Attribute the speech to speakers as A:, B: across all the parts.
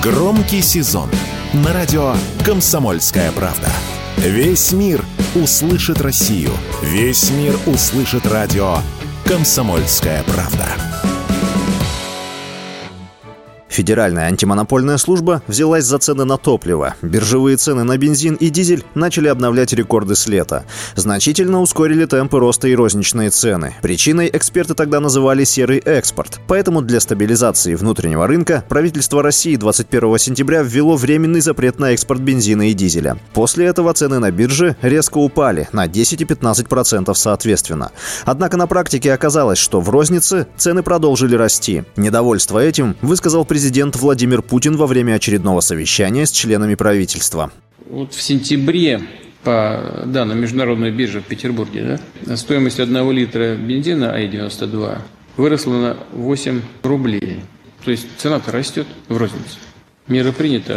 A: Громкий сезон на радио «Комсомольская правда». Весь мир услышит Россию. Весь мир услышит радио «Комсомольская правда».
B: Федеральная антимонопольная служба взялась за цены на топливо. Биржевые цены на бензин и дизель начали обновлять рекорды с лета. Значительно ускорили темпы роста и розничные цены. Причиной эксперты тогда называли серый экспорт. Поэтому для стабилизации внутреннего рынка правительство России 21 сентября ввело временный запрет на экспорт бензина и дизеля. После этого цены на бирже резко упали на 10 и 15% соответственно. Однако на практике оказалось, что в рознице цены продолжили расти. Недовольство этим высказал президент Владимир Путин во время очередного совещания с членами правительства.
C: Вот в сентябре по данным международной биржи в Петербурге, стоимость 1 литра бензина АИ-92 выросла на 8 рублей. То есть цена-то растет в рознице. Меры приняты,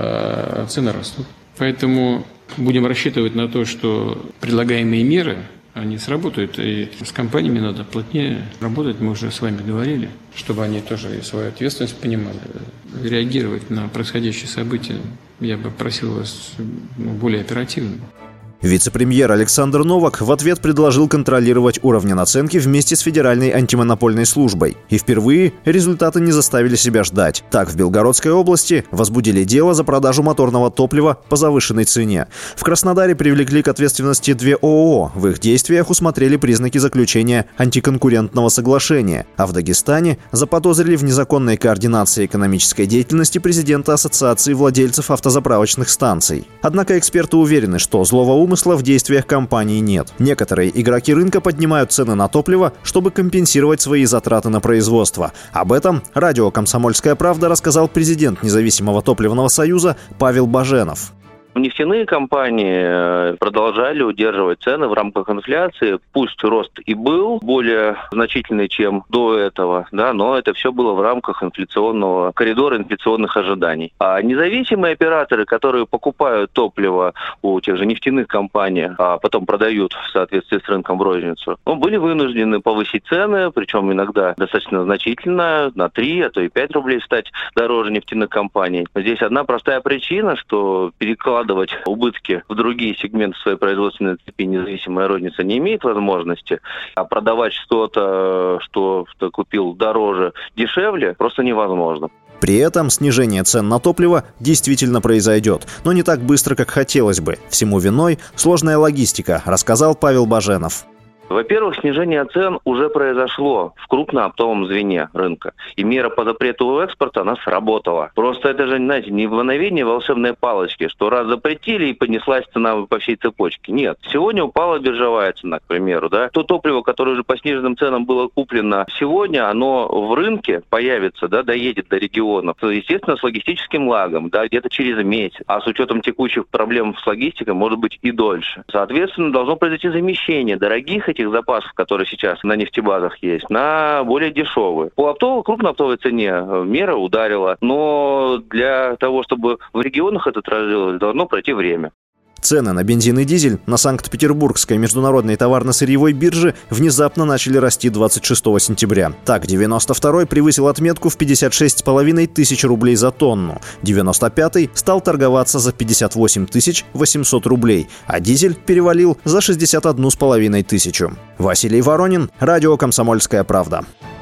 C: а цены растут. Поэтому будем рассчитывать на то, что предлагаемые меры они сработают, и с компаниями надо плотнее работать, мы уже с вами говорили, чтобы они тоже свою ответственность понимали. Реагировать на происходящие события я бы просил вас более оперативно.
B: Вице-премьер Александр Новак в ответ предложил контролировать уровни наценки вместе с Федеральной антимонопольной службой. И впервые результаты не заставили себя ждать. Так, в Белгородской области возбудили дело за продажу моторного топлива по завышенной цене. В Краснодаре привлекли к ответственности 2 ООО. В их действиях усмотрели признаки заключения антиконкурентного соглашения. А в Дагестане заподозрили в незаконной координации экономической деятельности президента Ассоциации владельцев автозаправочных станций. Однако эксперты уверены, что злого умысла в действиях компании нет. Некоторые игроки рынка поднимают цены на топливо, чтобы компенсировать свои затраты на производство. Об этом радио «Комсомольская правда» рассказал президент Независимого топливного союза Павел Баженов.
D: Нефтяные компании продолжали удерживать цены в рамках инфляции. Пусть рост и был более значительный, чем до этого, но это все было в рамках инфляционного коридора, инфляционных ожиданий. А независимые операторы, которые покупают топливо у тех же нефтяных компаний, а потом продают в соответствии с рынком в розницу, были вынуждены повысить цены, причем иногда достаточно значительно, на 3, а то и 5 рублей стать дороже нефтяных компаний. Здесь одна простая причина, что перекладывать убытки в другие сегменты своей производственной цепи независимая розница не имеет возможности, а продавать что-то, что ты купил дороже, дешевле, просто невозможно.
B: При этом снижение цен на топливо действительно произойдет, но не так быстро, как хотелось бы. Всему виной сложная логистика, рассказал Павел Баженов.
D: Во-первых, снижение цен уже произошло в крупнооптовом звене рынка. И мера по запрету экспорта, она сработала. Просто это же, знаете, не мгновение волшебной палочки, что раз запретили и поднеслась цена по всей цепочке. Нет. Сегодня упала биржевая цена, к примеру. То топливо, которое уже по сниженным ценам было куплено сегодня, оно в рынке появится, доедет до регионов. Естественно, с логистическим лагом, где-то через месяц. А с учетом текущих проблем с логистикой, может быть и дольше. Соответственно, должно произойти замещение дорогих этих запасов, которые сейчас на нефтебазах есть, на более дешевые. По крупнооптовой цене мера ударила, но для того, чтобы в регионах это отразилось, должно пройти время.
B: Цены на бензин и дизель на Санкт-Петербургской международной товарно-сырьевой бирже внезапно начали расти 26 сентября. Так, 92-й превысил отметку в 56,5 тысяч рублей за тонну, 95-й стал торговаться за 58 800 рублей, а дизель перевалил за 61,5 тысячу. Василий Воронин, радио «Комсомольская правда».